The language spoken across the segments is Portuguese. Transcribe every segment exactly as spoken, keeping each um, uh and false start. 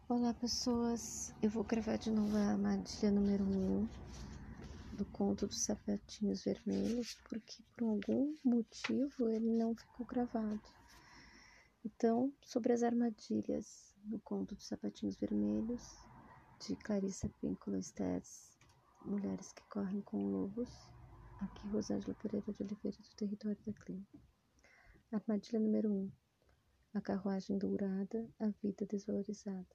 Olá pessoas, eu vou gravar de novo a armadilha número um do conto dos sapatinhos vermelhos, porque por algum motivo ele não ficou gravado. Então, sobre as armadilhas do conto dos sapatinhos vermelhos, de Clarissa Pinkola Estes, Mulheres que Correm com Lobos, aqui Rosângela Pereira de Oliveira, do Território da Clima. Armadilha número um, a carruagem dourada, a vida desvalorizada.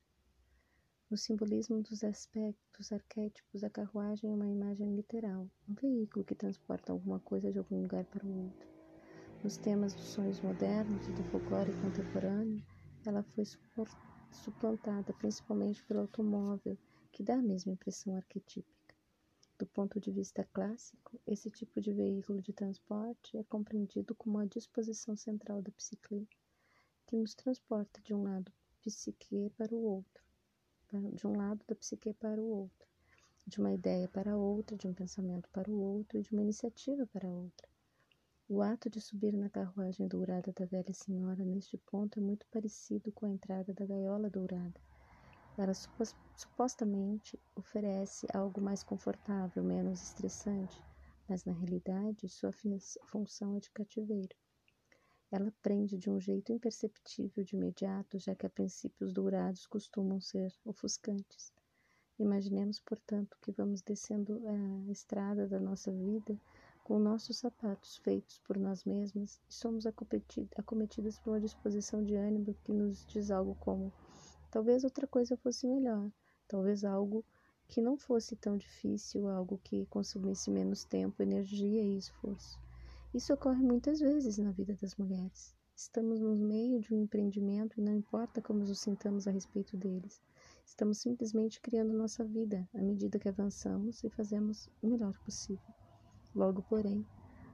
No simbolismo dos aspectos arquétipos, a carruagem é uma imagem literal, um veículo que transporta alguma coisa de algum lugar para o outro. Nos temas dos sonhos modernos e do folclore contemporâneo, ela foi suplantada principalmente pelo automóvel, que dá a mesma impressão arquetípica. Do ponto de vista clássico, esse tipo de veículo de transporte é compreendido como a disposição central da psique, que nos transporta de um lado psique para o outro. de um lado da psique para o outro, de uma ideia para outra, de um pensamento para o outro e de uma iniciativa para outra. O ato de subir na carruagem dourada da velha senhora neste ponto é muito parecido com a entrada da gaiola dourada. Ela supos, supostamente oferece algo mais confortável, menos estressante, mas na realidade sua função é de cativeiro. Ela prende de um jeito imperceptível de imediato, já que a princípio os dourados costumam ser ofuscantes. Imaginemos, portanto, que vamos descendo a estrada da nossa vida com nossos sapatos feitos por nós mesmas e somos acometidas por uma disposição de ânimo que nos diz algo como: talvez outra coisa fosse melhor, talvez algo que não fosse tão difícil, algo que consumisse menos tempo, energia e esforço. Isso ocorre muitas vezes na vida das mulheres. Estamos no meio de um empreendimento e não importa como nos sintamos a respeito deles. Estamos simplesmente criando nossa vida à medida que avançamos e fazemos o melhor possível. Logo, porém,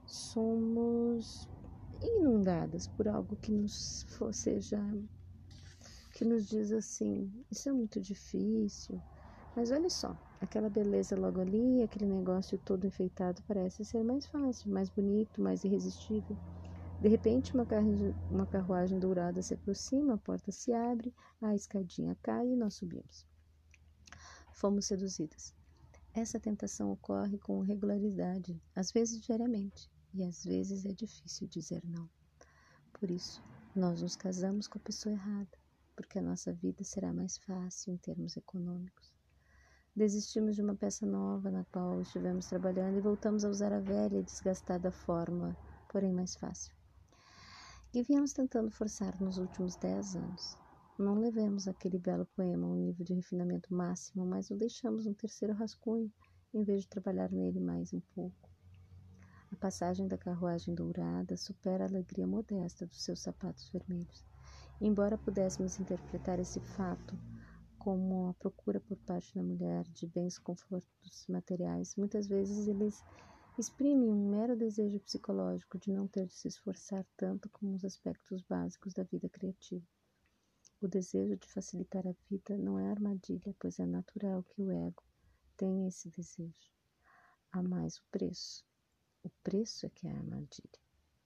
somos inundadas por algo que nos seja, que nos diz assim: isso é muito difícil. Mas olha só, aquela beleza logo ali, aquele negócio todo enfeitado parece ser mais fácil, mais bonito, mais irresistível. De repente, uma, carru uma carruagem dourada se aproxima, a porta se abre, a escadinha cai e nós subimos. Fomos seduzidas. Essa tentação ocorre com regularidade, às vezes diariamente, e às vezes é difícil dizer não. Por isso, nós nos casamos com a pessoa errada, porque a nossa vida será mais fácil em termos econômicos. Desistimos de uma peça nova na qual estivemos trabalhando e voltamos a usar a velha e desgastada forma, porém mais fácil, que viemos tentando forçar nos últimos dez anos. Não levemos aquele belo poema a um nível de refinamento máximo, mas o deixamos um terceiro rascunho, em vez de trabalhar nele mais um pouco. A passagem da carruagem dourada supera a alegria modesta dos seus sapatos vermelhos. Embora pudéssemos interpretar esse fato como a procura por parte da mulher de bens confortos materiais, muitas vezes eles exprimem um mero desejo psicológico de não ter de se esforçar tanto como os aspectos básicos da vida criativa. O desejo de facilitar a vida não é armadilha, pois é natural que o ego tenha esse desejo. Há mais o preço. O preço é que é a armadilha.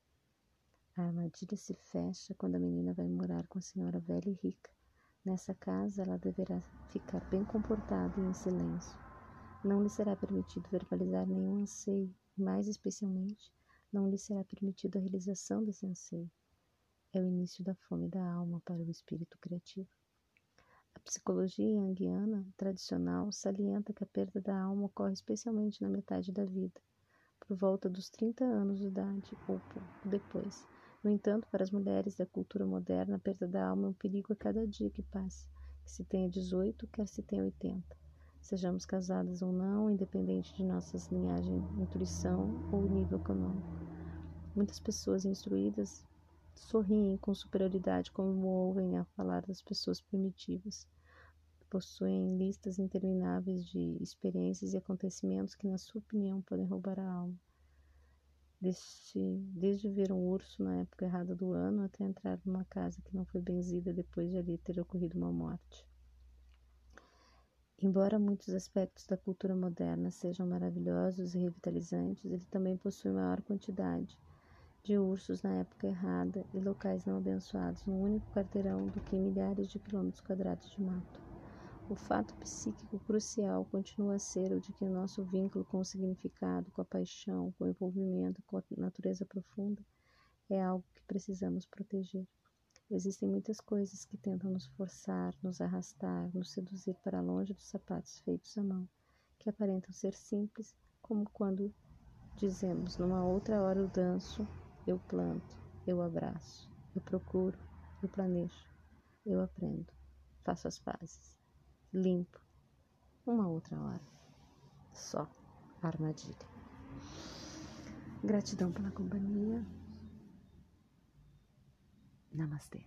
A armadilha se fecha quando a menina vai morar com a senhora velha e rica. Nessa casa, ela deverá ficar bem comportada e em silêncio. Não lhe será permitido verbalizar nenhum anseio, e, mais especialmente, não lhe será permitido a realização desse anseio. É o início da fome da alma para o espírito criativo. A psicologia junguiana tradicional salienta que a perda da alma ocorre especialmente na metade da vida, por volta dos trinta anos de idade ou pouco depois. No entanto, para as mulheres da cultura moderna, a perda da alma é um perigo a cada dia que passa, que se tenha dezoito, quer se tenha oitenta. Sejamos casadas ou não, independente de nossas linhagem, intuição ou nível econômico. Muitas pessoas instruídas sorriem com superioridade quando ouvem a falar das pessoas primitivas. Possuem listas intermináveis de experiências e acontecimentos que, na sua opinião, podem roubar a alma. Desde, desde ver um urso na época errada do ano até entrar numa casa que não foi benzida depois de ali ter ocorrido uma morte. Embora muitos aspectos da cultura moderna sejam maravilhosos e revitalizantes, ele também possui maior quantidade de ursos na época errada e locais não abençoados num único quarteirão do que milhares de quilômetros quadrados de mato. o fato psíquico crucial continua a ser o de que o nosso vínculo com o significado, com a paixão, com o envolvimento, com a natureza profunda, é algo que precisamos proteger. Existem muitas coisas que tentam nos forçar, nos arrastar, nos seduzir para longe dos sapatos feitos à mão, que aparentam ser simples, como quando dizemos, numa outra hora eu danço, eu planto, eu abraço, eu procuro, eu planejo, eu aprendo, faço as pazes, limpo, uma outra hora. Só armadilha. Gratidão pela companhia. Namastê.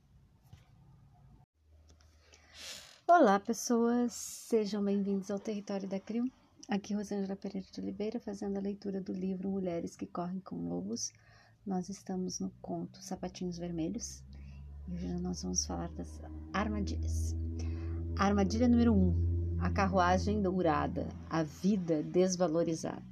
Olá, pessoas. Sejam bem-vindos ao Território da CRIO. Aqui Rosângela Pereira de Oliveira, fazendo a leitura do livro Mulheres que Correm com Lobos. Nós estamos no conto Sapatinhos Vermelhos. E hoje nós vamos falar das armadilhas. Armadilha número um. A carruagem dourada. A vida desvalorizada.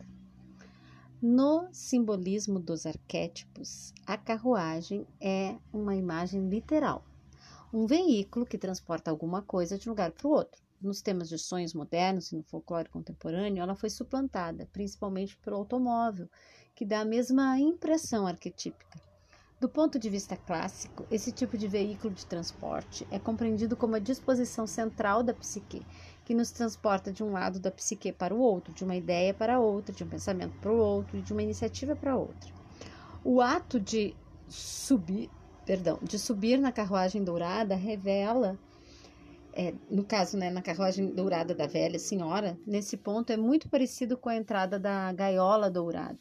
No simbolismo dos arquétipos, a carruagem é uma imagem literal, um veículo que transporta alguma coisa de um lugar para o outro. Nos temas de sonhos modernos e no folclore contemporâneo, ela foi suplantada, principalmente pelo automóvel, que dá a mesma impressão arquetípica. Do ponto de vista clássico, esse tipo de veículo de transporte é compreendido como a disposição central da psique, que nos transporta de um lado da psique para o outro, de uma ideia para outra, de um pensamento para o outro e de uma iniciativa para outra. O ato de subir, perdão, de subir na carruagem dourada revela, é, no caso, né, na carruagem dourada da velha senhora, nesse ponto é muito parecido com a entrada da gaiola dourada.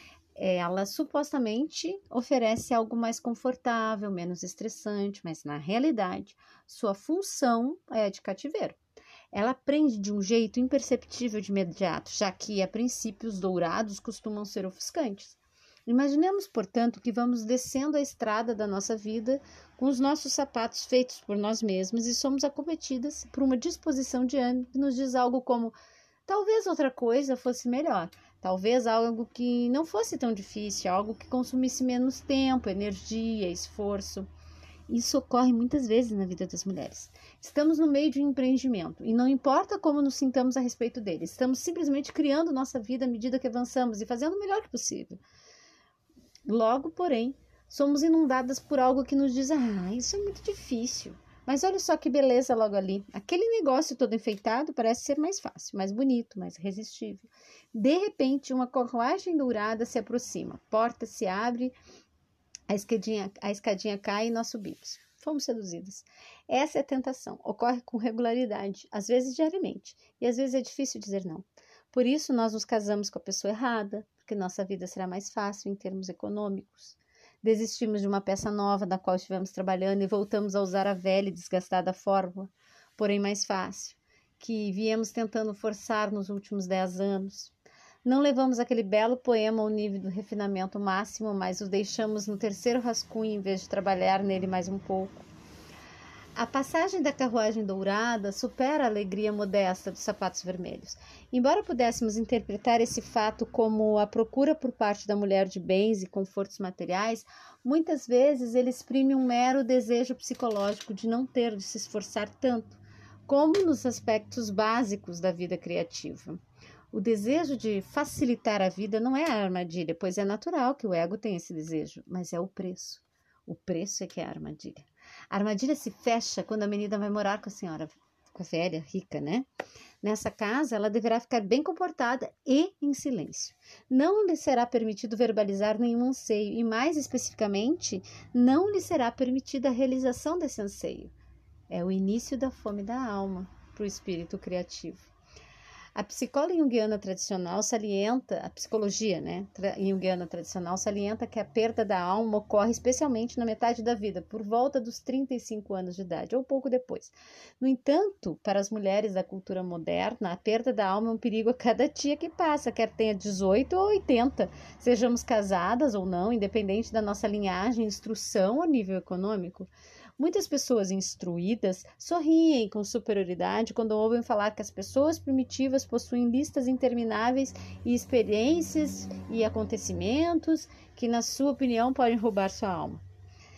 Ela supostamente oferece algo mais confortável, menos estressante, mas na realidade sua função é a de cativeiro. Ela prende de um jeito imperceptível de imediato, já que a princípio os dourados costumam ser ofuscantes. Imaginemos, portanto, que vamos descendo a estrada da nossa vida com os nossos sapatos feitos por nós mesmos e somos acometidas por uma disposição de ânimo que nos diz algo como: talvez outra coisa fosse melhor. Talvez algo que não fosse tão difícil, algo que consumisse menos tempo, energia, esforço. Isso ocorre muitas vezes na vida das mulheres. Estamos no meio de um empreendimento e não importa como nos sintamos a respeito dele, estamos simplesmente criando nossa vida à medida que avançamos e fazendo o melhor que possível. Logo, porém, somos inundadas por algo que nos diz: ah, isso é muito difícil. Mas olha só que beleza logo ali. Aquele negócio todo enfeitado parece ser mais fácil, mais bonito, mais resistível. De repente, uma carruagem dourada se aproxima. A porta se abre, a escadinha, a escadinha cai e nós subimos. Fomos seduzidas. Essa é a tentação. Ocorre com regularidade, às vezes diariamente. E às vezes é difícil dizer não. Por isso, nós nos casamos com a pessoa errada, porque nossa vida será mais fácil em termos econômicos. Desistimos de uma peça nova da qual estivemos trabalhando e voltamos a usar a velha e desgastada fórmula, porém mais fácil, que viemos tentando forçar nos últimos dez anos. Não levamos aquele belo poema ao nível do refinamento máximo, mas o deixamos no terceiro rascunho em vez de trabalhar nele mais um pouco. A passagem da carruagem dourada supera a alegria modesta dos sapatos vermelhos. Embora pudéssemos interpretar esse fato como a procura por parte da mulher de bens e confortos materiais, muitas vezes ele exprime um mero desejo psicológico de não ter de se esforçar tanto, como nos aspectos básicos da vida criativa. O desejo de facilitar a vida não é a armadilha, pois é natural que o ego tenha esse desejo, mas é o preço. O preço é que é a armadilha. A armadilha se fecha quando a menina vai morar com a senhora, com a velha, rica, né? Nessa casa, ela deverá ficar bem comportada e em silêncio. Não lhe será permitido verbalizar nenhum anseio e, mais especificamente, não lhe será permitida a realização desse anseio. É o início da fome da alma para o espírito criativo. A psicóloga junguiana tradicional salienta, a psicologia, né, junguiana tradicional salienta que a perda da alma ocorre especialmente na metade da vida, por volta dos trinta e cinco anos de idade, ou pouco depois. No entanto, para as mulheres da cultura moderna, a perda da alma é um perigo a cada dia que passa, quer tenha dezoito ou oitenta, sejamos casadas ou não, independente da nossa linhagem, instrução ou nível econômico. Muitas pessoas instruídas sorriem com superioridade quando ouvem falar que as pessoas primitivas possuem listas intermináveis e experiências e acontecimentos que, na sua opinião, podem roubar sua alma.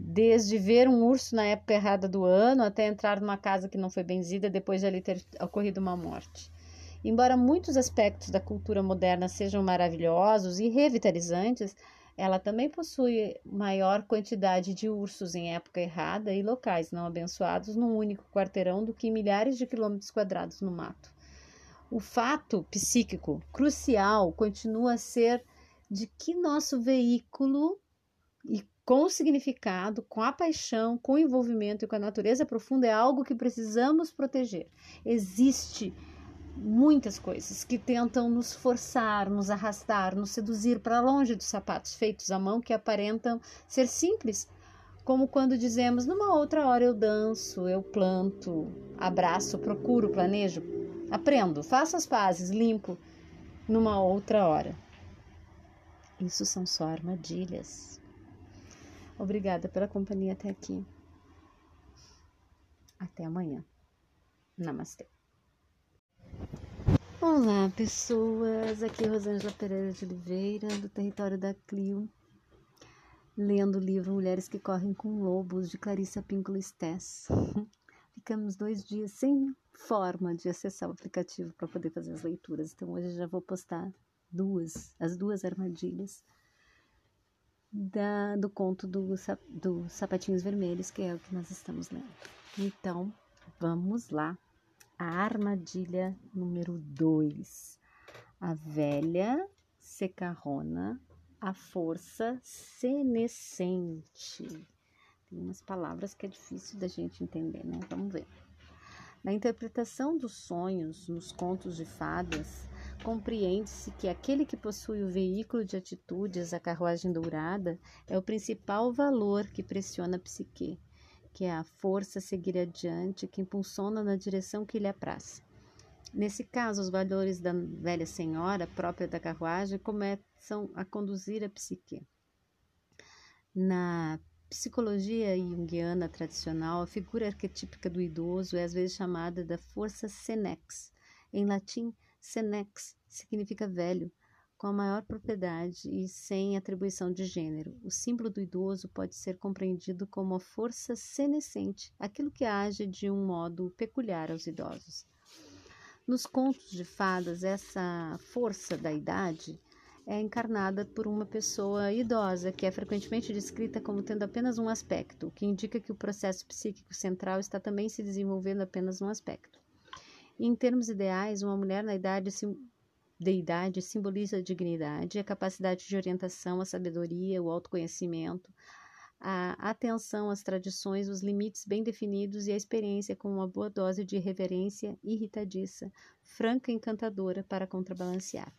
desde ver um urso na época errada do ano até entrar numa casa que não foi benzida depois de ali ter ocorrido uma morte. Embora muitos aspectos da cultura moderna sejam maravilhosos e revitalizantes, ela também possui maior quantidade de ursos em época errada e locais não abençoados num único quarteirão do que milhares de quilômetros quadrados no mato. O fato psíquico crucial continua a ser de que nosso veículo, e com o significado, com a paixão, com o envolvimento e com a natureza profunda, é algo que precisamos proteger. Existe muitas coisas que tentam nos forçar, nos arrastar, nos seduzir para longe dos sapatos feitos à mão que aparentam ser simples, como quando dizemos, numa outra hora eu danço, eu planto, abraço, procuro, planejo, aprendo, faço as pazes, limpo, numa outra hora. Isso são só armadilhas. Obrigada pela companhia até aqui. Até amanhã. Namastê. Olá, pessoas. Aqui é Rosângela Pereira de Oliveira, do território da Clio, lendo o livro Mulheres que Correm com Lobos, de Clarissa Pinkola Estés. Ficamos dois dias sem forma de acessar o aplicativo para poder fazer as leituras, então hoje já vou postar duas, as duas armadilhas da, do conto do, do Sapatinhos Vermelhos, que é o que nós estamos lendo. Então, vamos lá. A armadilha número dois. A velha secarrona, a força senescente. Tem umas palavras que é difícil da gente entender, né? Vamos ver. Na interpretação dos sonhos nos contos de fadas, compreende-se que aquele que possui o veículo de atitudes, a carruagem dourada, é o principal valor que pressiona a psique, que é a força a seguir adiante, que impulsiona na direção que lhe apraz. Nesse caso, os valores da velha senhora, própria da carruagem, começam a conduzir a psique. Na psicologia junguiana tradicional, a figura arquetípica do idoso é às vezes chamada da força senex. Em latim, senex significa velho, com a maior propriedade e sem atribuição de gênero. O símbolo do idoso pode ser compreendido como a força senescente, aquilo que age de um modo peculiar aos idosos. Nos contos de fadas, essa força da idade é encarnada por uma pessoa idosa, que é frequentemente descrita como tendo apenas um aspecto, o que indica que o processo psíquico central está também se desenvolvendo apenas num aspecto. Em termos ideais, uma mulher na idade sim, de idade simboliza a dignidade, a capacidade de orientação, a sabedoria, o autoconhecimento, a atenção às tradições, os limites bem definidos e a experiência com uma boa dose de irreverência irritadiça, franca e encantadora para contrabalancear.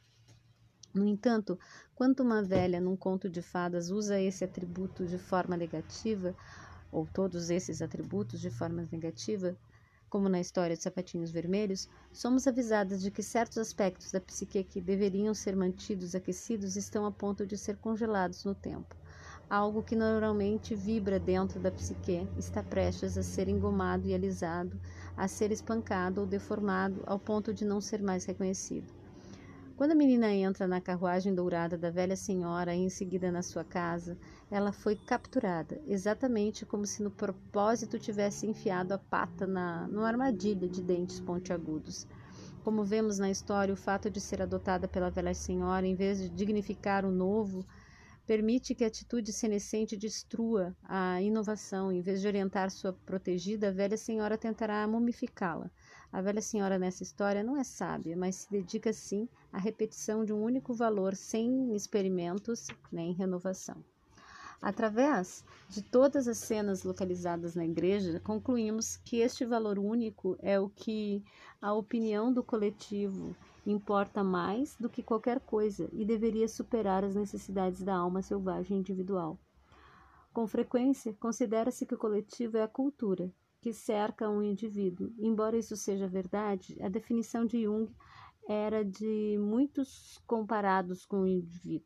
No entanto, quando uma velha num conto de fadas usa esse atributo de forma negativa, ou todos esses atributos de forma negativa, como na história de Sapatinhos Vermelhos, somos avisadas de que certos aspectos da psique que deveriam ser mantidos aquecidos estão a ponto de ser congelados no tempo. Algo que normalmente vibra dentro da psique está prestes a ser engomado e alisado, a ser espancado ou deformado ao ponto de não ser mais reconhecido. Quando a menina entra na carruagem dourada da velha senhora e em seguida na sua casa, ela foi capturada, exatamente como se no propósito tivesse enfiado a pata na, numa armadilha de dentes pontiagudos. Como vemos na história, o fato de ser adotada pela velha senhora, em vez de dignificar o novo, permite que a atitude senescente destrua a inovação. Em vez de orientar sua protegida, a velha senhora tentará mumificá-la. A velha senhora nessa história não é sábia, mas se dedica sim à repetição de um único valor, sem experimentos nem renovação. Através de todas as cenas localizadas na igreja, concluímos que este valor único é o que a opinião do coletivo importa mais do que qualquer coisa e deveria superar as necessidades da alma selvagem individual. Com frequência, considera-se que o coletivo é a cultura que cerca um indivíduo. Embora isso seja verdade, a definição de Jung era de muitos comparados com o indivíduo.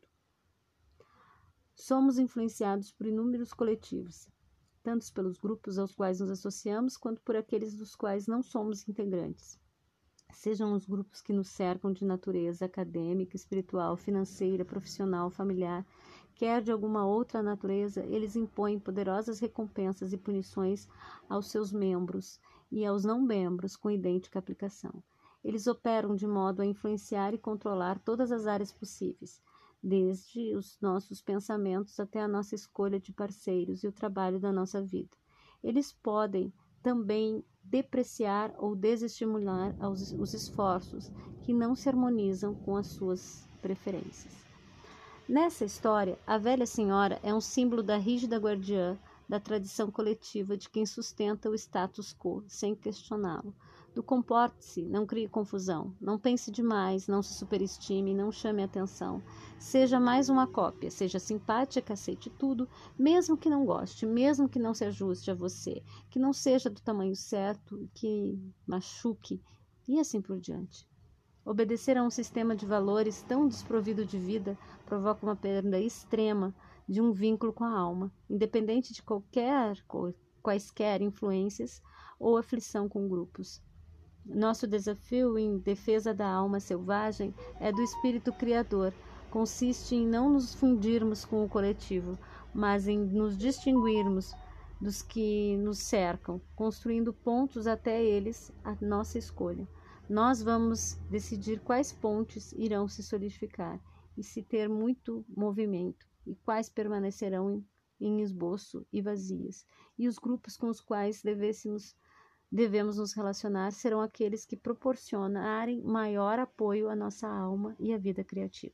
Somos influenciados por inúmeros coletivos, tanto pelos grupos aos quais nos associamos, quanto por aqueles dos quais não somos integrantes. Sejam os grupos que nos cercam de natureza acadêmica, espiritual, financeira, profissional, familiar, quer de alguma outra natureza, eles impõem poderosas recompensas e punições aos seus membros e aos não-membros com idêntica aplicação. Eles operam de modo a influenciar e controlar todas as áreas possíveis, desde os nossos pensamentos até a nossa escolha de parceiros e o trabalho da nossa vida. Eles podem também depreciar ou desestimular os, os esforços que não se harmonizam com as suas preferências. Nessa história, a velha senhora é um símbolo da rígida guardiã da tradição coletiva de quem sustenta o status quo sem questioná-lo. Do comporte-se, não crie confusão, não pense demais, não se superestime, não chame atenção. Seja mais uma cópia, seja simpática, aceite tudo, mesmo que não goste, mesmo que não se ajuste a você, que não seja do tamanho certo, que machuque, e assim por diante. Obedecer a um sistema de valores tão desprovido de vida provoca uma perda extrema de um vínculo com a alma, independente de qualquer, quaisquer influências ou aflição com grupos. Nosso desafio em defesa da alma selvagem é do espírito criador. Consiste em não nos fundirmos com o coletivo, mas em nos distinguirmos dos que nos cercam, construindo pontos até eles à nossa escolha. Nós vamos decidir quais pontes irão se solidificar e se ter muito movimento, e quais permanecerão em, em esboço e vazias. E os grupos com os quais devêssemos, devemos nos relacionar serão aqueles que proporcionarem maior apoio à nossa alma e à vida criativa.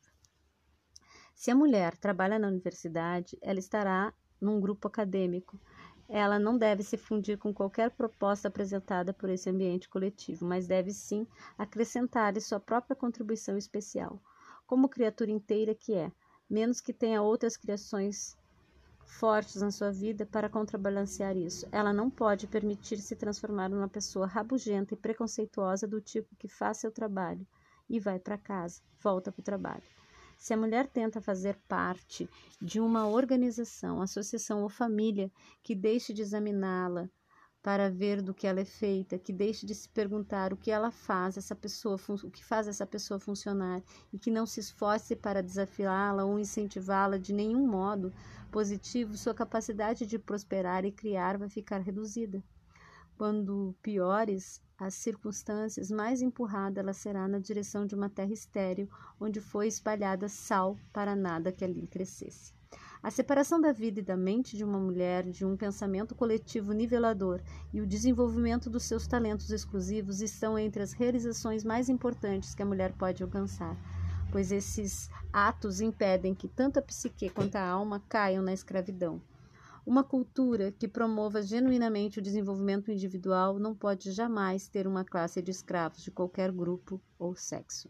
Se a mulher trabalha na universidade, ela estará num grupo acadêmico. Ela não deve se fundir com qualquer proposta apresentada por esse ambiente coletivo, mas deve sim acrescentar-lhe sua própria contribuição especial, como criatura inteira que é, menos que tenha outras criações fortes na sua vida para contrabalancear isso. Ela não pode permitir-se transformar numa pessoa rabugenta e preconceituosa do tipo que faz seu trabalho e vai para casa, volta para o trabalho. Se a mulher tenta fazer parte de uma organização, associação ou família que deixe de examiná-la para ver do que ela é feita, que deixe de se perguntar o que ela faz, essa pessoa, o que faz essa pessoa funcionar e que não se esforce para desafiá-la ou incentivá-la de nenhum modo positivo, sua capacidade de prosperar e criar vai ficar reduzida. Quando piores as circunstâncias, mais empurrada ela será na direção de uma terra estéril, onde foi espalhada sal para nada que ali crescesse. A separação da vida e da mente de uma mulher de um pensamento coletivo nivelador e o desenvolvimento dos seus talentos exclusivos estão entre as realizações mais importantes que a mulher pode alcançar, pois esses atos impedem que tanto a psique quanto a alma caiam na escravidão. Uma cultura que promova genuinamente o desenvolvimento individual não pode jamais ter uma classe de escravos de qualquer grupo ou sexo.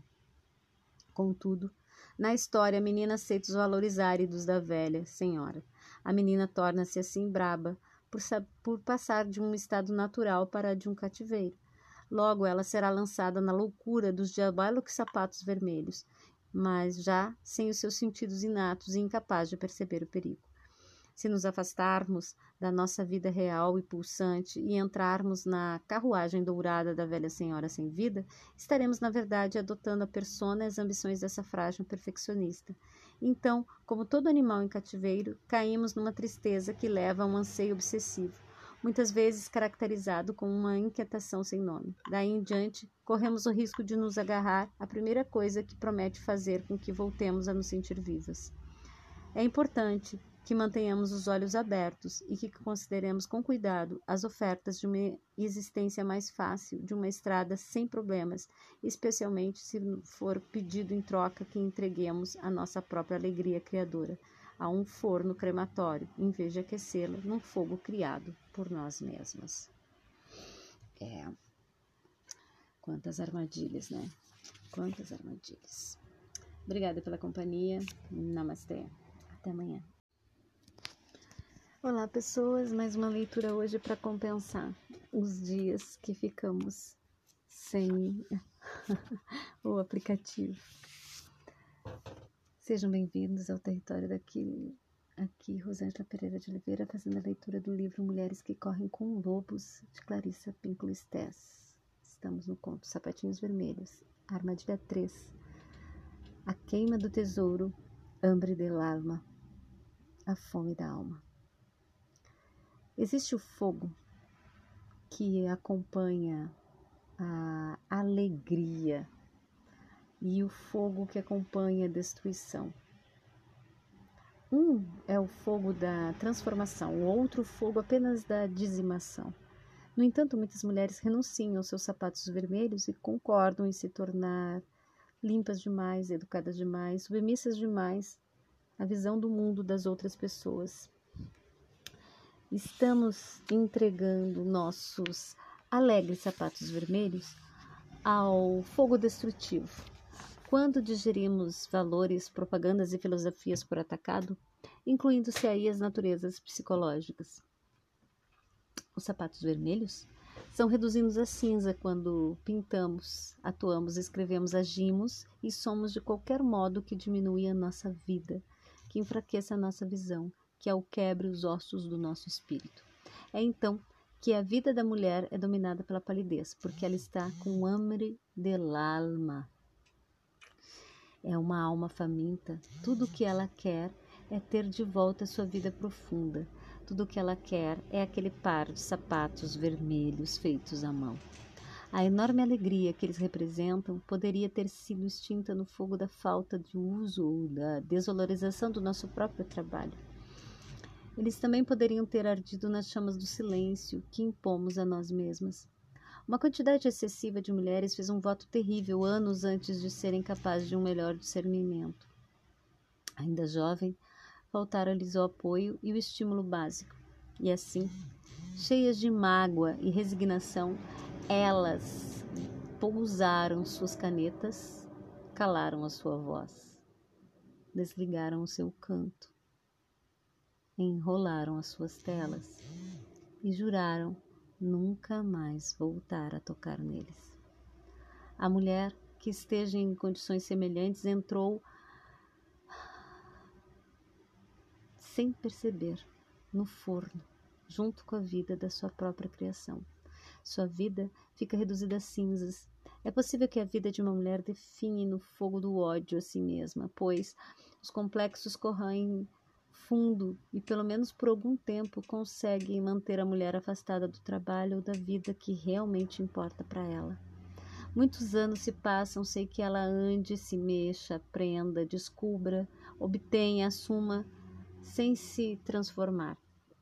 Contudo, na história, a menina aceita os valores áridos da velha senhora. A menina torna-se assim braba por, por passar de um estado natural para de um cativeiro. Logo, ela será lançada na loucura dos diabólicos sapatos vermelhos, mas já sem os seus sentidos inatos e incapaz de perceber o perigo. Se nos afastarmos da nossa vida real e pulsante e entrarmos na carruagem dourada da velha senhora sem vida, estaremos, na verdade, adotando a persona e as ambições dessa frágil perfeccionista. Então, como todo animal em cativeiro, caímos numa tristeza que leva a um anseio obsessivo, muitas vezes caracterizado como uma inquietação sem nome. Daí em diante, corremos o risco de nos agarrar à primeira coisa que promete fazer com que voltemos a nos sentir vivas. É importante que mantenhamos os olhos abertos e que consideremos com cuidado as ofertas de uma existência mais fácil, de uma estrada sem problemas, especialmente se for pedido em troca que entreguemos a nossa própria alegria criadora a um forno crematório, em vez de aquecê-la num fogo criado por nós mesmas. É... Quantas armadilhas, né? Quantas armadilhas. Obrigada pela companhia. Namastê. Até amanhã. Olá, pessoas. Mais uma leitura hoje para compensar os dias que ficamos sem o aplicativo. Sejam bem-vindos ao território daqui, aqui Rosângela Pereira de Oliveira, fazendo a leitura do livro Mulheres que Correm com Lobos, de Clarissa Pinkola Estés. Estamos no conto Sapatinhos Vermelhos, Armadilha três. A queima do tesouro, hambre de lama. a fome da alma. Existe o fogo que acompanha a alegria e o fogo que acompanha a destruição. Um é o fogo da transformação, o outro fogo apenas da dizimação. No entanto, muitas mulheres renunciam aos seus sapatos vermelhos e concordam em se tornar limpas demais, educadas demais, submissas demais à visão do mundo das outras pessoas. Estamos entregando nossos alegres sapatos vermelhos ao fogo destrutivo. Quando digerimos valores, propagandas e filosofias por atacado, incluindo-se aí as naturezas psicológicas. Os sapatos vermelhos são reduzidos a cinza quando pintamos, atuamos, escrevemos, agimos e somos de qualquer modo que diminui a nossa vida, que enfraqueça a nossa visão, que alquebre os ossos do nosso espírito. É então que a vida da mulher é dominada pela palidez, porque ela está com hambre del alma. É uma alma faminta. Tudo o que ela quer é ter de volta a sua vida profunda. Tudo o que ela quer é aquele par de sapatos vermelhos feitos à mão. A enorme alegria que eles representam poderia ter sido extinta no fogo da falta de uso ou da desvalorização do nosso próprio trabalho. Eles também poderiam ter ardido nas chamas do silêncio que impomos a nós mesmas. Uma quantidade excessiva de mulheres fez um voto terrível anos antes de serem capazes de um melhor discernimento. Ainda jovem, faltaram-lhes o apoio e o estímulo básico. E assim, cheias de mágoa e resignação, elas pousaram suas canetas, calaram a sua voz, desligaram o seu canto, enrolaram as suas telas e juraram nunca mais voltar a tocar neles. A mulher que esteja em condições semelhantes entrou sem perceber no forno, junto com a vida da sua própria criação. Sua vida fica reduzida a cinzas. É possível que a vida de uma mulher define no fogo do ódio a si mesma, pois os complexos corroem fundo e, pelo menos por algum tempo, conseguem manter a mulher afastada do trabalho ou da vida que realmente importa para ela. Muitos anos se passam sem que ela ande, se mexa, aprenda, descubra, obtenha, assuma, sem se transformar.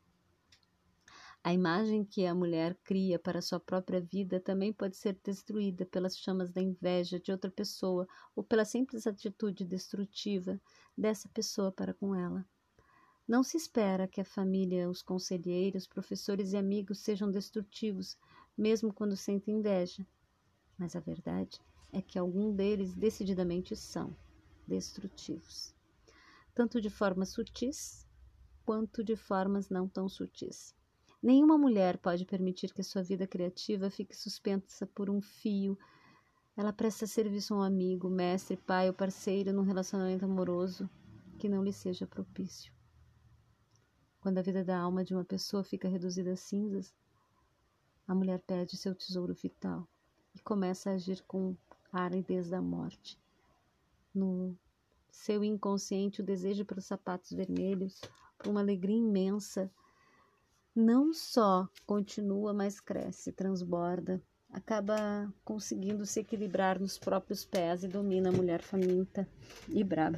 A imagem que a mulher cria para sua própria vida também pode ser destruída pelas chamas da inveja de outra pessoa ou pela simples atitude destrutiva dessa pessoa para com ela. Não se espera que a família, os conselheiros, professores e amigos sejam destrutivos, mesmo quando sentem inveja. Mas a verdade é que alguns deles decididamente são destrutivos, tanto de formas sutis quanto de formas não tão sutis. Nenhuma mulher pode permitir que sua vida criativa fique suspensa por um fio. Ela presta serviço a um amigo, mestre, pai ou parceiro num relacionamento amoroso que não lhe seja propício. Quando a vida da alma de uma pessoa fica reduzida a cinzas, a mulher perde seu tesouro vital e começa a agir com a aridez da morte. No seu inconsciente, o desejo pelos sapatos vermelhos, por uma alegria imensa, não só continua, mas cresce, transborda, acaba conseguindo se equilibrar nos próprios pés e domina a mulher faminta e brava.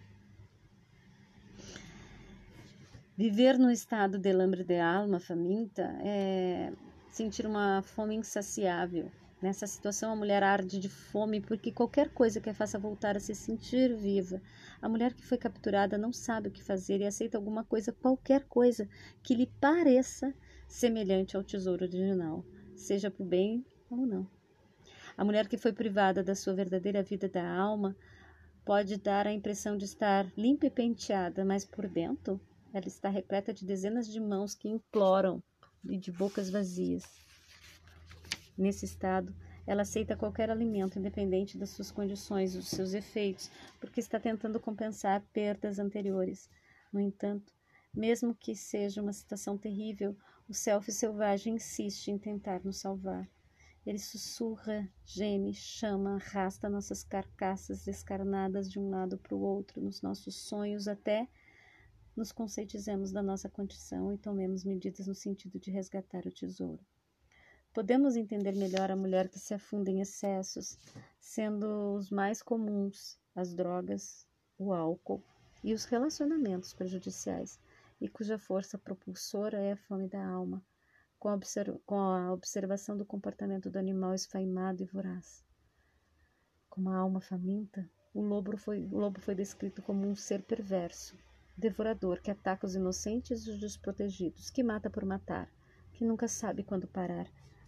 Viver no estado de hambre de alma faminta é sentir uma fome insaciável. Nessa situação, a mulher arde de fome porque qualquer coisa que a faça voltar a se sentir viva. A mulher que foi capturada não sabe o que fazer e aceita alguma coisa, qualquer coisa, que lhe pareça semelhante ao tesouro original, seja para o bem ou não. A mulher que foi privada da sua verdadeira vida da alma pode dar a impressão de estar limpa e penteada, mas por dentro ela está repleta de dezenas de mãos que imploram e de bocas vazias. Nesse estado, ela aceita qualquer alimento, independente das suas condições, dos seus efeitos, porque está tentando compensar perdas anteriores. No entanto, mesmo que seja uma situação terrível, o self selvagem insiste em tentar nos salvar. Ele sussurra, geme, chama, arrasta nossas carcaças descarnadas de um lado para o outro, nos nossos sonhos, até nos conscientizemos da nossa condição e tomemos medidas no sentido de resgatar o tesouro. Podemos entender melhor a mulher que se afunda em excessos, sendo os mais comuns as drogas, o álcool e os relacionamentos prejudiciais, e cuja força propulsora é a fome da alma, com a, observ- com a observação do comportamento do animal esfaimado e voraz. Como a alma faminta, o lobo foi, o lobo foi descrito como um ser perverso, devorador, que ataca os inocentes e os desprotegidos, que mata por matar, que nunca sabe quando parar.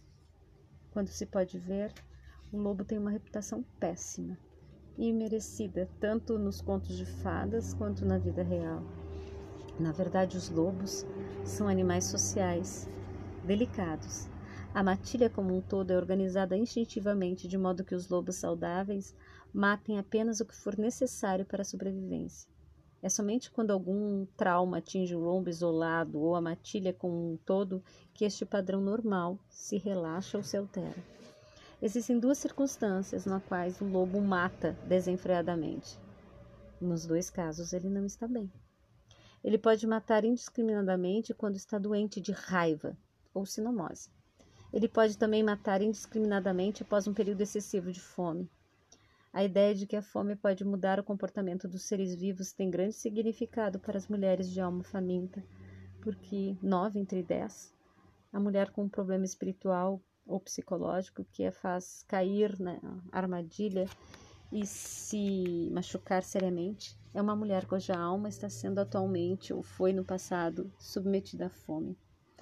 Quando se pode ver, o lobo tem uma reputação péssima e merecida, tanto nos contos de fadas quanto na vida real. Na verdade, os lobos são animais sociais, delicados. A matilha como um todo é organizada instintivamente, de modo que os lobos saudáveis matem apenas o que for necessário para a sobrevivência. É somente quando algum trauma atinge o lombo isolado ou a matilha como um todo que este padrão normal se relaxa ou se altera. Existem duas circunstâncias nas quais o lobo mata desenfreadamente. Nos dois casos, ele não está bem. Ele pode matar indiscriminadamente quando está doente de raiva ou sinomose. Ele pode também matar indiscriminadamente após um período excessivo de fome. A ideia de que a fome pode mudar o comportamento dos seres vivos tem grande significado para as mulheres de alma faminta, porque nove entre dez, a mulher com um problema espiritual ou psicológico que a faz cair na armadilha e se machucar seriamente, é uma mulher cuja alma está sendo atualmente ou foi no passado submetida à fome.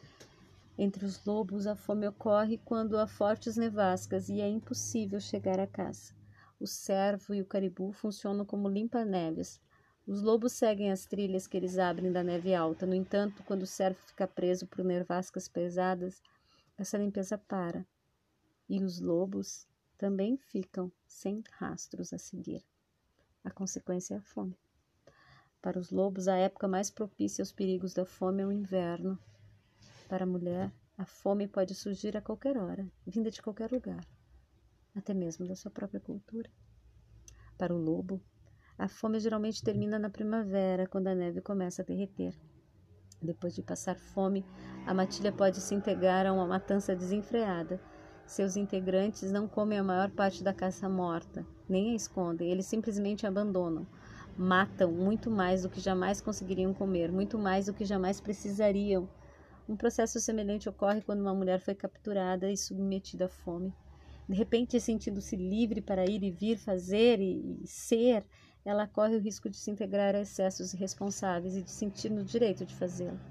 Entre os lobos, a fome ocorre quando há fortes nevascas e é impossível chegar à caça. O cervo e o caribu funcionam como limpa-neves. Os lobos seguem as trilhas que eles abrem da neve alta. No entanto, quando o cervo fica preso por nevascas pesadas, essa limpeza para. E os lobos também ficam sem rastros a seguir. A consequência é a fome. Para os lobos, a época mais propícia aos perigos da fome é o inverno. Para a mulher, a fome pode surgir a qualquer hora, vinda de qualquer lugar, até mesmo da sua própria cultura. Para o lobo, a fome geralmente termina na primavera, quando a neve começa a derreter. Depois de passar fome, a matilha pode se integrar a uma matança desenfreada. Seus integrantes não comem a maior parte da caça morta, nem a escondem, eles simplesmente a abandonam. Matam muito mais do que jamais conseguiriam comer, muito mais do que jamais precisariam. Um processo semelhante ocorre quando uma mulher foi capturada e submetida à fome. De repente, sentindo-se livre para ir e vir, fazer e ser, ela corre o risco de se integrar a excessos irresponsáveis e de sentir no direito de fazê-lo.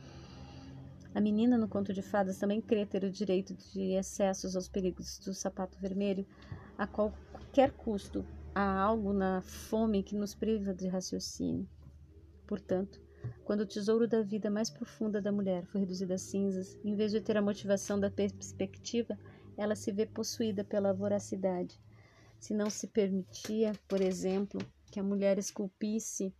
A menina no conto de fadas também crê ter o direito de excessos aos perigos do sapato vermelho. A qualquer custo, há algo na fome que nos priva de raciocínio. Portanto, quando o tesouro da vida mais profunda da mulher foi reduzido a cinzas, em vez de ter a motivação da perspectiva, ela se vê possuída pela voracidade. Se não se permitia, por exemplo, que a mulher esculpisse,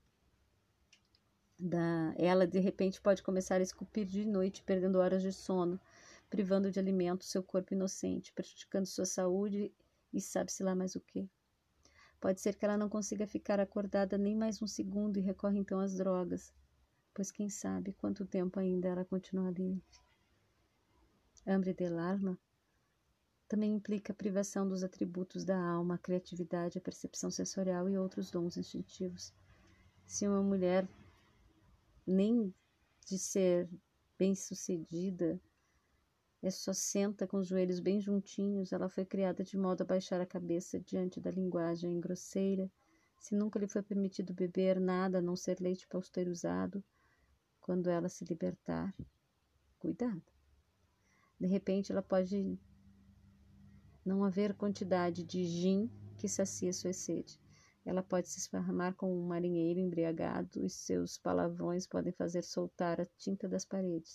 da... ela de repente pode começar a esculpir de noite, perdendo horas de sono, privando de alimento seu corpo inocente, prejudicando sua saúde e sabe-se lá mais o quê. Pode ser que ela não consiga ficar acordada nem mais um segundo e recorre então às drogas, pois quem sabe quanto tempo ainda ela continua livre. Hambre de larma também implica a privação dos atributos da alma, a criatividade, a percepção sensorial e outros dons instintivos. Se uma mulher nem de ser bem-sucedida é só senta com os joelhos bem juntinhos, ela foi criada de modo a baixar a cabeça diante da linguagem grosseira. Se nunca lhe foi permitido beber nada a não ser leite pasteurizado, quando ela se libertar, cuidado. De repente, ela pode não haver quantidade de gin que sacia sua sede. Ela pode se esparramar como um marinheiro embriagado e seus palavrões podem fazer soltar a tinta das paredes.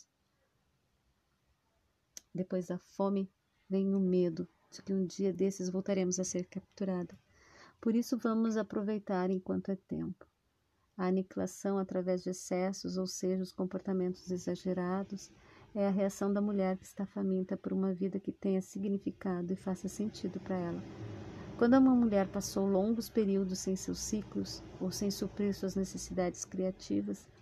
Depois da fome, vem o medo de que um dia desses voltaremos a ser capturada. Por isso, vamos aproveitar enquanto é tempo. A aniquilação através de excessos, ou seja, os comportamentos exagerados, é a reação da mulher que está faminta por uma vida que tenha significado e faça sentido para ela. Quando uma mulher passou longos períodos sem seus ciclos, ou sem suprir suas necessidades criativas,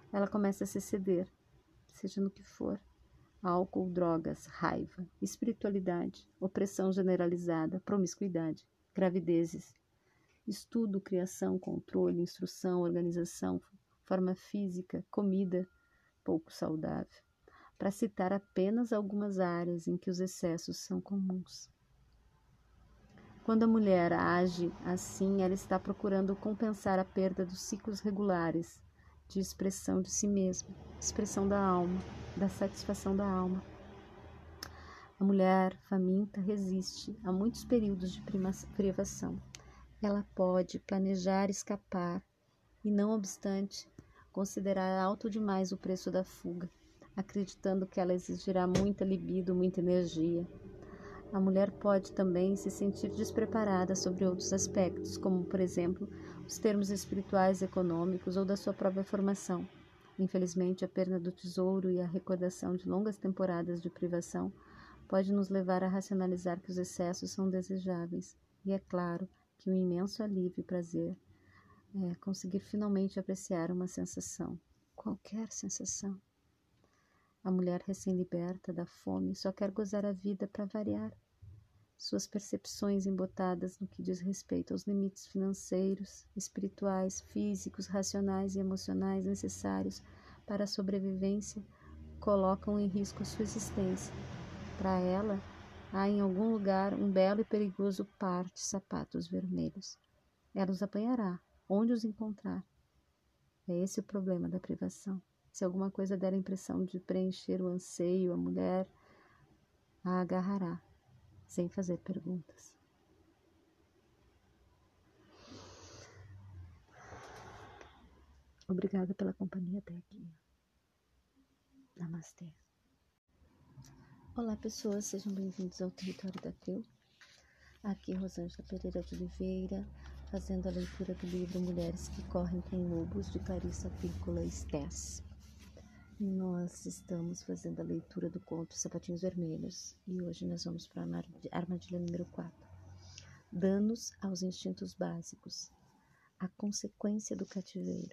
ela começa a se ceder, seja no que for. Álcool, drogas, raiva, espiritualidade, opressão generalizada, promiscuidade, gravidezes, estudo, criação, controle, instrução, organização, forma física, comida pouco saudável, para citar apenas algumas áreas em que os excessos são comuns. Quando a mulher age assim, ela está procurando compensar a perda dos ciclos regulares de expressão de si mesma, expressão da alma, da satisfação da alma. A mulher faminta resiste a muitos períodos de privação. Ela pode planejar escapar e, não obstante, considerar alto demais o preço da fuga, acreditando que ela exigirá muita libido, muita energia. A mulher pode também se sentir despreparada sobre outros aspectos, como, por exemplo, os termos espirituais, econômicos ou da sua própria formação. Infelizmente, a perda do tesouro e a recordação de longas temporadas de privação pode nos levar a racionalizar que os excessos são desejáveis. E é claro que um imenso alívio e prazer é conseguir finalmente apreciar uma sensação, qualquer sensação. A mulher recém-liberta da fome só quer gozar a vida para variar. Suas percepções embotadas no que diz respeito aos limites financeiros, espirituais, físicos, racionais e emocionais necessários para a sobrevivência colocam em risco a sua existência. Para ela, há em algum lugar um belo e perigoso par de sapatos vermelhos. Ela os apanhará, onde os encontrar. É esse o problema da privação. Se alguma coisa der a impressão de preencher o anseio, a mulher a agarrará, sem fazer perguntas. Obrigada pela companhia até aqui. Namastê. Olá, pessoas, sejam bem-vindos ao Território da Creu. Aqui Rosângela Pereira de Oliveira, fazendo a leitura do livro Mulheres que Correm com Lobos, de Clarissa Pinkola Estés. Nós estamos fazendo a leitura do conto Sapatinhos Vermelhos e hoje nós vamos para a armadilha número quatro. Danos aos instintos básicos. A consequência do cativeiro.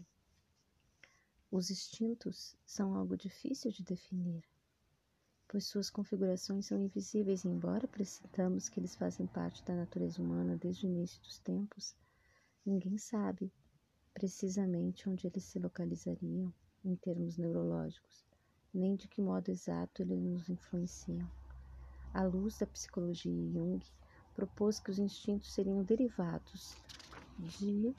Os instintos são algo difícil de definir, pois suas configurações são invisíveis e, embora pressintamos que eles fazem parte da natureza humana desde o início dos tempos, ninguém sabe precisamente onde eles se localizariam em termos neurológicos, nem de que modo exato eles nos influenciam. À luz da psicologia Jung, propôs que os instintos seriam derivados de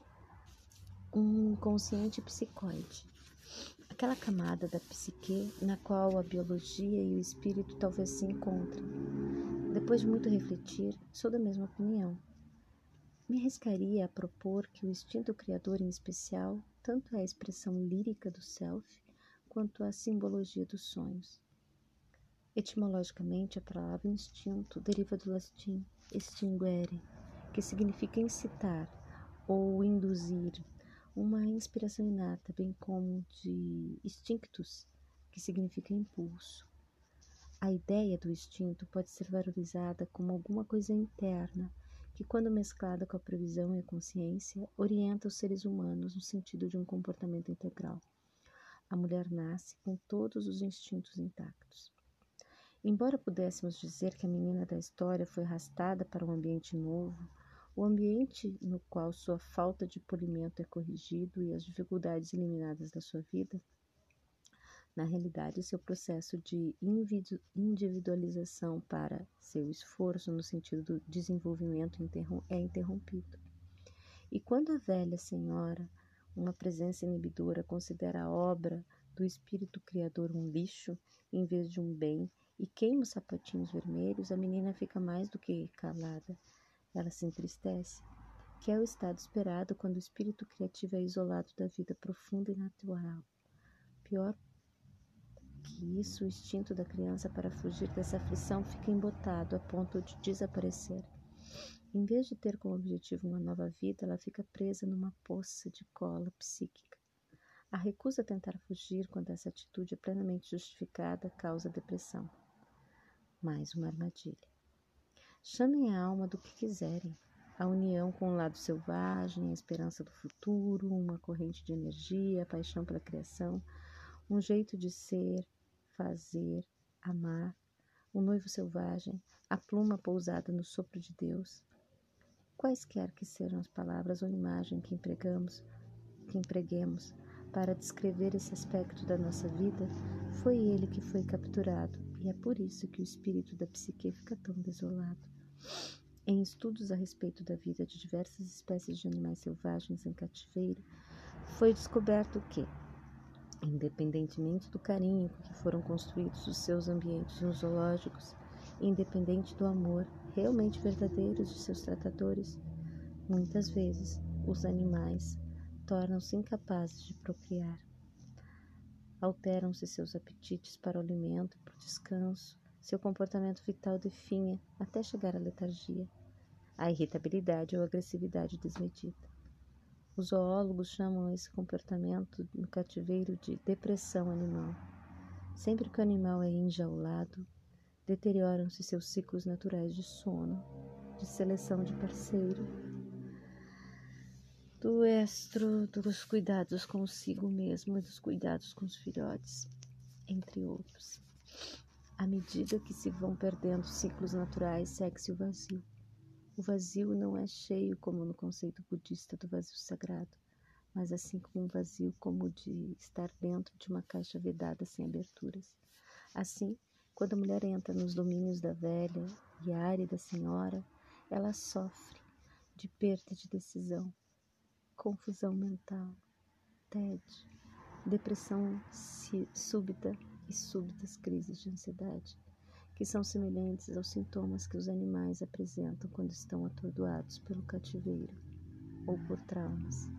um inconsciente psicoide, aquela camada da psique na qual a biologia e o espírito talvez se encontrem. Depois de muito refletir, sou da mesma opinião. Me arriscaria a propor que o instinto criador, em especial, tanto é a expressão lírica do self, quanto a simbologia dos sonhos. Etimologicamente, a palavra instinto deriva do latim extinguere, que significa incitar ou induzir, uma inspiração inata, bem como de instinctus, que significa impulso. A ideia do instinto pode ser valorizada como alguma coisa interna, que, quando mesclada com a previsão e a consciência, orienta os seres humanos no sentido de um comportamento integral. A mulher nasce com todos os instintos intactos. Embora pudéssemos dizer que a menina da história foi arrastada para um ambiente novo, o ambiente no qual sua falta de polimento é corrigido e as dificuldades eliminadas da sua vida, na realidade, seu processo de individualização para seu esforço no sentido do desenvolvimento é interrompido. E quando a velha senhora, uma presença inibidora, considera a obra do espírito criador um lixo em vez de um bem e queima os sapatinhos vermelhos, a menina fica mais do que calada. Ela se entristece, que é o estado esperado quando o espírito criativo é isolado da vida profunda e natural. Pior que isso, o instinto da criança para fugir dessa aflição fica embotado a ponto de desaparecer. Em vez de ter como objetivo uma nova vida, ela fica presa numa poça de cola psíquica. A recusa a tentar fugir, quando essa atitude é plenamente justificada, causa depressão. Mais uma armadilha. Chamem a alma do que quiserem. A união com o lado selvagem, a esperança do futuro, uma corrente de energia, a paixão pela criação, um jeito de ser, fazer, amar, um noivo selvagem, a pluma pousada no sopro de Deus. Quaisquer que sejam as palavras ou imagem que empregamos, que empreguemos para descrever esse aspecto da nossa vida, foi ele que foi capturado, e é por isso que o espírito da psique fica tão desolado. Em estudos a respeito da vida de diversas espécies de animais selvagens em cativeiro, foi descoberto que, independentemente do carinho com que foram construídos os seus ambientes nos zoológicos, independente do amor realmente verdadeiro de seus tratadores, muitas vezes os animais tornam-se incapazes de procriar. Alteram-se seus apetites para o alimento e para o descanso, seu comportamento vital definha até chegar à letargia, à irritabilidade ou agressividade desmedida. Os zoólogos chamam esse comportamento no cativeiro de depressão animal. Sempre que o animal é enjaulado, deterioram-se seus ciclos naturais de sono, de seleção de parceiro, do estro, dos cuidados consigo mesmo e dos cuidados com os filhotes, entre outros. À medida que se vão perdendo ciclos naturais, segue-se o vazio. O vazio não é cheio como no conceito budista do vazio sagrado, mas assim como um vazio como o de estar dentro de uma caixa vedada sem aberturas. Assim, quando a mulher entra nos domínios da velha e árida senhora, ela sofre de perda de decisão, confusão mental, tédio, depressão súbita e súbitas crises de ansiedade, que são semelhantes aos sintomas que os animais apresentam quando estão atordoados pelo cativeiro ou por traumas.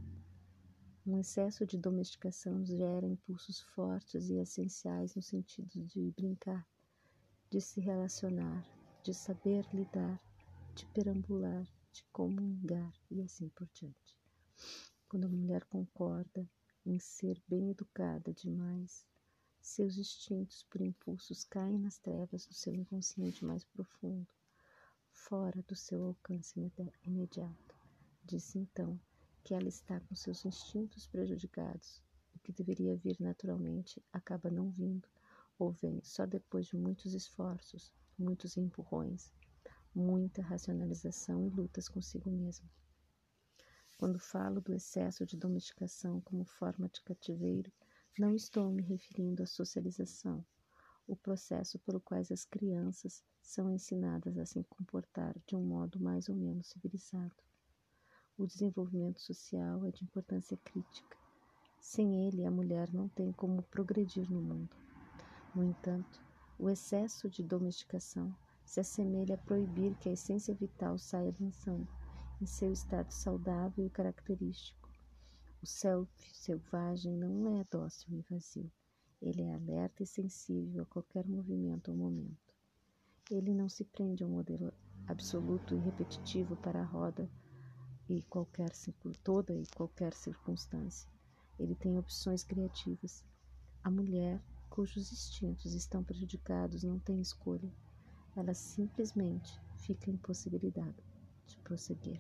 Um excesso de domesticação gera impulsos fortes e essenciais no sentido de brincar, de se relacionar, de saber lidar, de perambular, de comungar e assim por diante. Quando a mulher concorda em ser bem educada demais, seus instintos por impulsos caem nas trevas do seu inconsciente mais profundo, fora do seu alcance imediato. Disse então que ela está com seus instintos prejudicados. O que deveria vir naturalmente acaba não vindo, ou vem só depois de muitos esforços, muitos empurrões, muita racionalização e lutas consigo mesma. Quando falo do excesso de domesticação como forma de cativeiro, não estou me referindo à socialização, o processo pelo qual as crianças são ensinadas a se comportar de um modo mais ou menos civilizado. O desenvolvimento social é de importância crítica. Sem ele, a mulher não tem como progredir no mundo. No entanto, o excesso de domesticação se assemelha a proibir que a essência vital saia dançando em seu estado saudável e característico. O self selvagem não é dócil e vazio. Ele é alerta e sensível a qualquer movimento ou momento. Ele não se prende a um modelo absoluto e repetitivo para a roda e qualquer, toda e qualquer circunstância. Ele tem opções criativas. A mulher, cujos instintos estão prejudicados, não tem escolha. Ela simplesmente fica impossibilitada de prosseguir.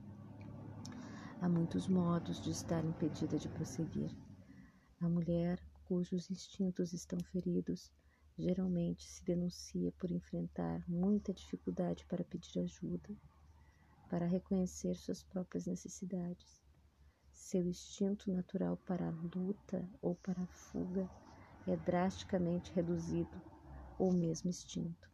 Há muitos modos de estar impedida de prosseguir. A mulher, cujos instintos estão feridos, geralmente se denuncia por enfrentar muita dificuldade para pedir ajuda, para reconhecer suas próprias necessidades. Seu instinto natural para a luta ou para a fuga é drasticamente reduzido ou mesmo extinto.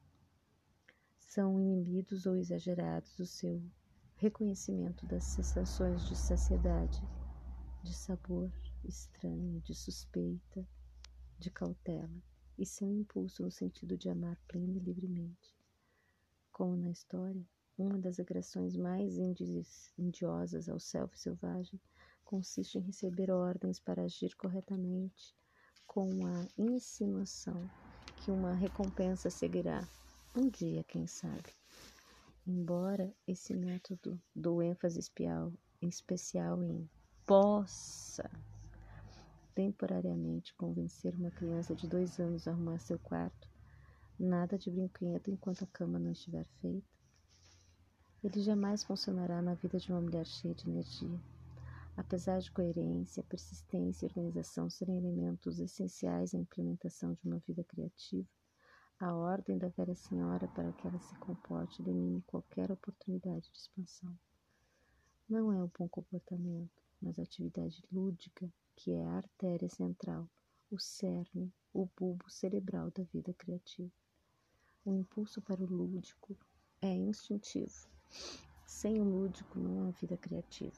São inibidos ou exagerados o seu reconhecimento das sensações de saciedade, de sabor estranho, de suspeita, de cautela, e seu impulso no sentido de amar plena e livremente. Como na história, uma das agressões mais indiosas ao self selvagem consiste em receber ordens para agir corretamente, com a insinuação que uma recompensa seguirá, um dia, quem sabe. Embora esse método dou ênfase espial, especial em possa temporariamente convencer uma criança de dois anos a arrumar seu quarto, nada de brinquedo enquanto a cama não estiver feita, ele jamais funcionará na vida de uma mulher cheia de energia. Apesar de coerência, persistência e organização serem elementos essenciais à implementação de uma vida criativa, a ordem da velha senhora para que ela se comporte elimine qualquer oportunidade de expansão. Não é o bom comportamento, mas a atividade lúdica, que é a artéria central, o cerne, o bulbo cerebral da vida criativa. O impulso para o lúdico é instintivo. Sem o lúdico não há vida criativa.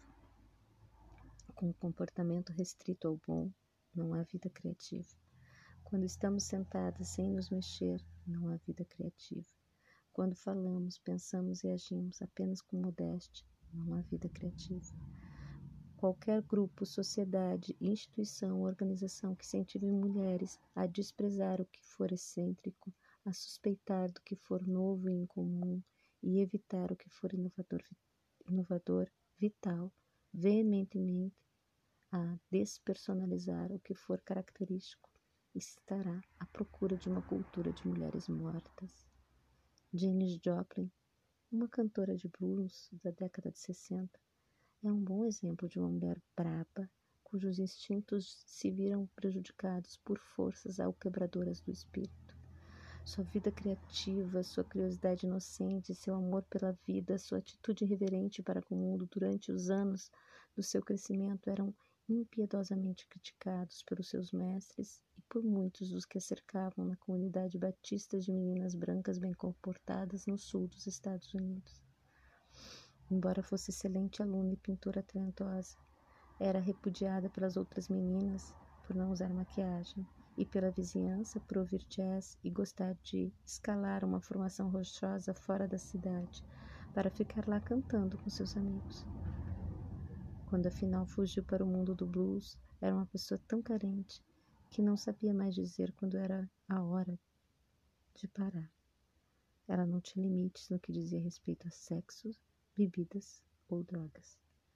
Com o comportamento restrito ao bom, não há vida criativa. Quando estamos sentadas sem nos mexer, não há vida criativa. Quando falamos, pensamos e agimos apenas com modéstia, não há vida criativa. Qualquer grupo, sociedade, instituição ou organização que incentive mulheres a desprezar o que for excêntrico, a suspeitar do que for novo e incomum e evitar o que for inovador, inovador vital, veementemente a despersonalizar o que for característico, estará à procura de uma cultura de mulheres mortas. Janis Joplin, uma cantora de blues da década de sessenta, é um bom exemplo de uma mulher braba, cujos instintos se viram prejudicados por forças alquebradoras do espírito. Sua vida criativa, sua curiosidade inocente, seu amor pela vida, sua atitude irreverente para com o mundo durante os anos do seu crescimento eram impiedosamente criticados pelos seus mestres e por muitos dos que a cercavam na comunidade batista de meninas brancas bem comportadas no sul dos Estados Unidos. Embora fosse excelente aluna e pintora talentosa, era repudiada pelas outras meninas por não usar maquiagem e pela vizinhança por ouvir jazz e gostar de escalar uma formação rochosa fora da cidade para ficar lá cantando com seus amigos. Quando afinal fugiu para o mundo do blues, era uma pessoa tão carente que não sabia mais dizer quando era a hora de parar. Ela não tinha limites no que dizia respeito a sexo, bebidas ou drogas.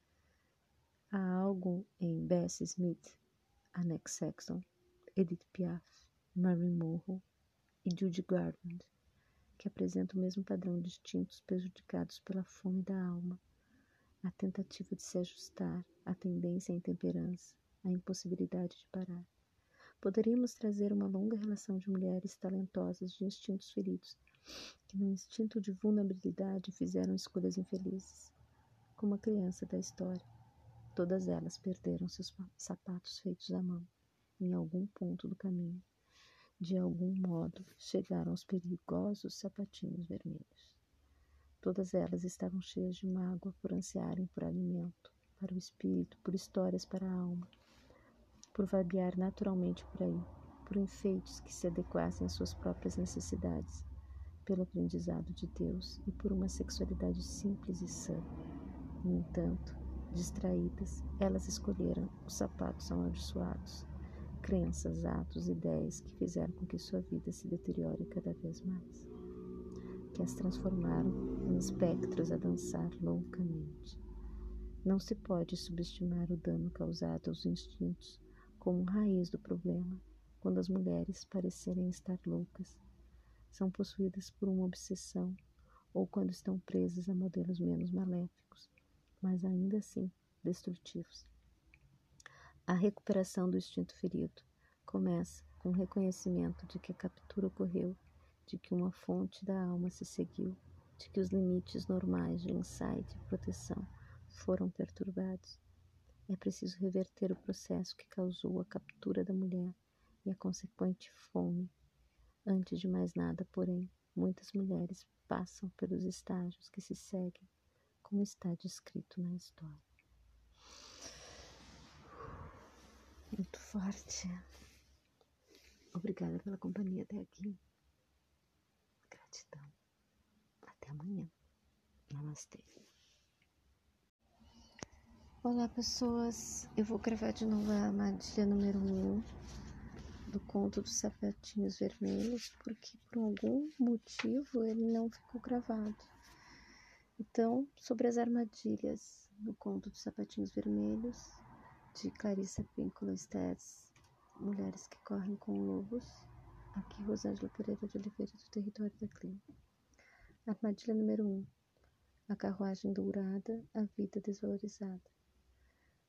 Há algo em Bessie Smith, Annette Sexton, Edith Piaf, Marilyn Monroe e Judy Garland, que apresenta o mesmo padrão de instintos prejudicados pela fome da alma, a tentativa de se ajustar, a tendência à intemperança, a impossibilidade de parar. Poderíamos trazer uma longa relação de mulheres talentosas de instintos feridos, que no instinto de vulnerabilidade fizeram escolhas infelizes, como a criança da história. Todas elas perderam seus sapatos feitos à mão, em algum ponto do caminho. De algum modo, chegaram aos perigosos sapatinhos vermelhos. Todas elas estavam cheias de mágoa por ansiarem por alimento, para o espírito, por histórias para a alma, por vaguear naturalmente por aí, por enfeites que se adequassem às suas próprias necessidades, pelo aprendizado de Deus e por uma sexualidade simples e sã. No entanto, distraídas, elas escolheram os sapatos amaldiçoados, crenças, atos, ideias que fizeram com que sua vida se deteriore cada vez mais, que as transformaram em espectros a dançar loucamente. Não se pode subestimar o dano causado aos instintos como raiz do problema quando as mulheres parecerem estar loucas, são possuídas por uma obsessão ou quando estão presas a modelos menos maléficos, mas ainda assim destrutivos. A recuperação do instinto ferido começa com o reconhecimento de que a captura ocorreu, de que uma fonte da alma se seguiu, de que os limites normais de insight e proteção foram perturbados. É preciso reverter o processo que causou a captura da mulher e a consequente fome. Antes de mais nada, porém, muitas mulheres passam pelos estágios que se seguem, como está descrito na história. Muito forte. Obrigada pela companhia até aqui. Gratidão. Até amanhã. Namastê. Olá, pessoas. Eu vou gravar de novo a armadilha número um do conto dos sapatinhos vermelhos, porque por algum motivo ele não ficou gravado. Então, sobre as armadilhas do conto dos sapatinhos vermelhos, de Clarissa Pinkola Estes, Mulheres que Correm com Lobos, aqui Rosângela Pereira de Oliveira, do Território da Clima. Armadilha número um. A carruagem dourada, a vida desvalorizada.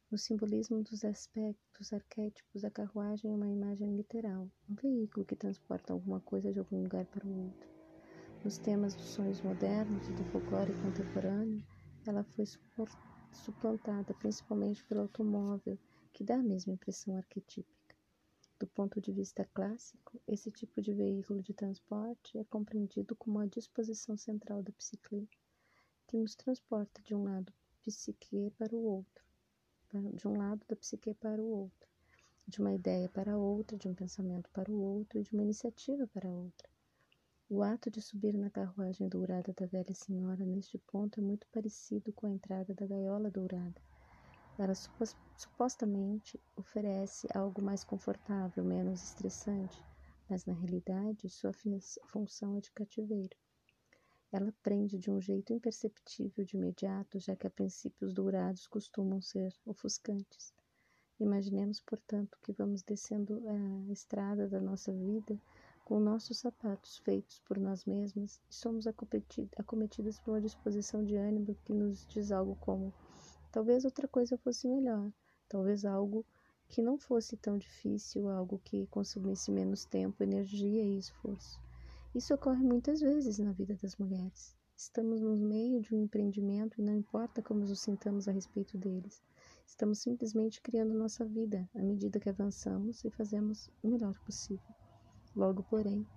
No simbolismo dos aspectos arquétipos, a carruagem é uma imagem literal, um veículo que transporta alguma coisa de algum lugar para o outro. Nos temas dos sonhos modernos e do folclore contemporâneo, ela foi suplantada principalmente pelo automóvel, que dá a mesma impressão arquetípica. Do ponto de vista clássico, esse tipo de veículo de transporte é compreendido como a disposição central da psique, que nos transporta de um lado psique para o outro, de um lado da psique para o outro, de uma ideia para outra, de um pensamento para o outro e de uma iniciativa para outra. O ato de subir na carruagem dourada da velha senhora neste ponto é muito parecido com a entrada da gaiola dourada. Ela supos, supostamente oferece algo mais confortável, menos estressante, mas na realidade sua função é de cativeiro. Ela prende de um jeito imperceptível de imediato, já que a princípio os dourados costumam ser ofuscantes. Imaginemos, portanto, que vamos descendo a estrada da nossa vida com nossos sapatos feitos por nós mesmas e somos acometidas por uma disposição de ânimo que nos diz algo como: talvez outra coisa fosse melhor, talvez algo que não fosse tão difícil, algo que consumisse menos tempo, energia e esforço. Isso ocorre muitas vezes na vida das mulheres. Estamos no meio de um empreendimento e não importa como nos sintamos a respeito deles. Estamos simplesmente criando nossa vida à medida que avançamos e fazemos o melhor possível. Logo, porém,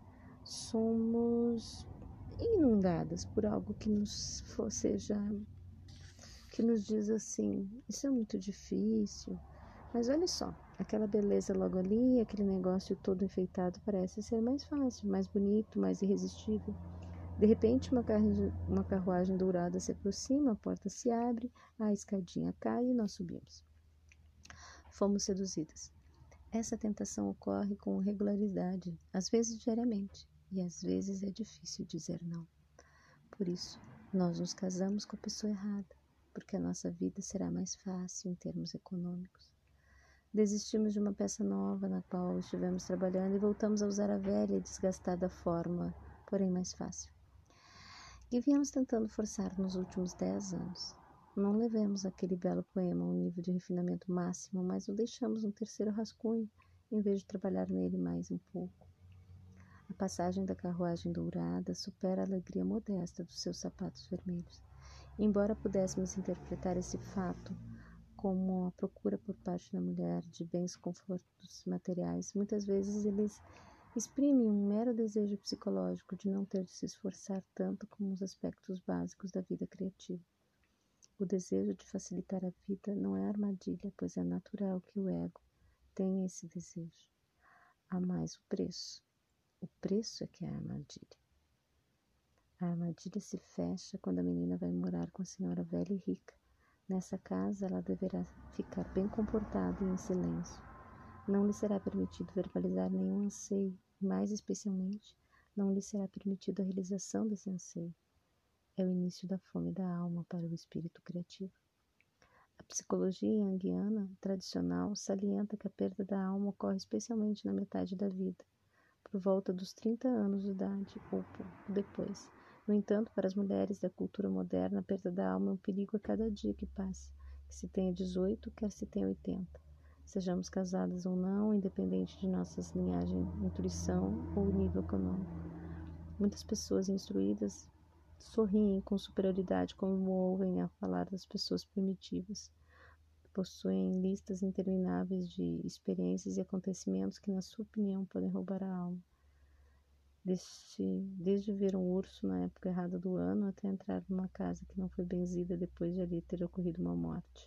somos inundadas por algo que nos for, seja, que nos diz assim: isso é muito difícil, mas olha só, aquela beleza logo ali, aquele negócio todo enfeitado parece ser mais fácil, mais bonito, mais irresistível. De repente, uma, carru uma carruagem dourada se aproxima, a porta se abre, a escadinha cai e nós subimos. Fomos seduzidas. Essa tentação ocorre com regularidade, às vezes diariamente, e às vezes é difícil dizer não. Por isso, nós nos casamos com a pessoa errada, porque a nossa vida será mais fácil em termos econômicos. Desistimos de uma peça nova na qual estivemos trabalhando e voltamos a usar a velha e desgastada forma, porém mais fácil. E viemos tentando forçar nos últimos dez anos. Não levemos aquele belo poema a um nível de refinamento máximo, mas o deixamos no terceiro rascunho, em vez de trabalhar nele mais um pouco. A passagem da carruagem dourada supera a alegria modesta dos seus sapatos vermelhos. Embora pudéssemos interpretar esse fato como a procura por parte da mulher de bens confortos materiais, muitas vezes eles exprimem um mero desejo psicológico de não ter de se esforçar tanto como os aspectos básicos da vida criativa. O desejo de facilitar a vida não é armadilha, pois é natural que o ego tenha esse desejo. Há mais o preço. O preço é que é a armadilha. A armadilha se fecha quando a menina vai morar com a senhora velha e rica. Nessa casa, ela deverá ficar bem comportada e em silêncio. Não lhe será permitido verbalizar nenhum anseio, e mais especialmente, não lhe será permitido a realização desse anseio. É o início da fome da alma para o espírito criativo. A psicologia junguiana tradicional salienta que a perda da alma ocorre especialmente na metade da vida, por volta dos trinta anos de idade ou pouco depois. No entanto, para as mulheres da cultura moderna, a perda da alma é um perigo a cada dia que passa, que se tenha dezoito, quer se tenha oitenta. Sejamos casadas ou não, independente de nossas linhagem, intuição ou nível econômico. Muitas pessoas instruídas sorriem com superioridade quando ouvem a falar das pessoas primitivas. Possuem listas intermináveis de experiências e acontecimentos que, na sua opinião, podem roubar a alma. Desde, desde ver um urso na época errada do ano até entrar numa casa que não foi benzida depois de ali ter ocorrido uma morte.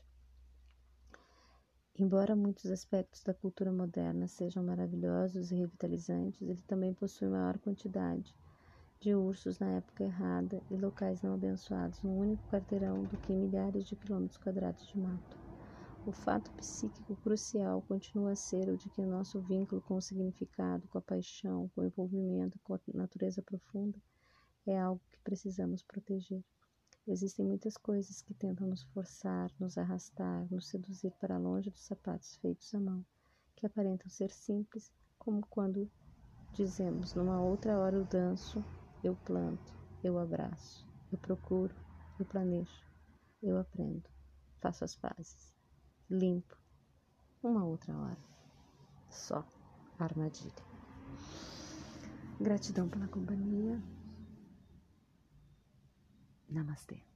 Embora muitos aspectos da cultura moderna sejam maravilhosos e revitalizantes, ele também possui maior quantidade de ursos na época errada e locais não abençoados num único quarteirão do que milhares de quilômetros quadrados de mato. O fato psíquico crucial continua a ser o de que o nosso vínculo com o significado, com a paixão, com o envolvimento, com a natureza profunda, é algo que precisamos proteger. Existem muitas coisas que tentam nos forçar, nos arrastar, nos seduzir para longe dos sapatos feitos à mão, que aparentam ser simples, como quando dizemos: numa outra hora eu danço, eu planto, eu abraço, eu procuro, eu planejo, eu aprendo, faço as pazes. limpo, uma outra hora. Só armadilha. Gratidão pela companhia. Namastê.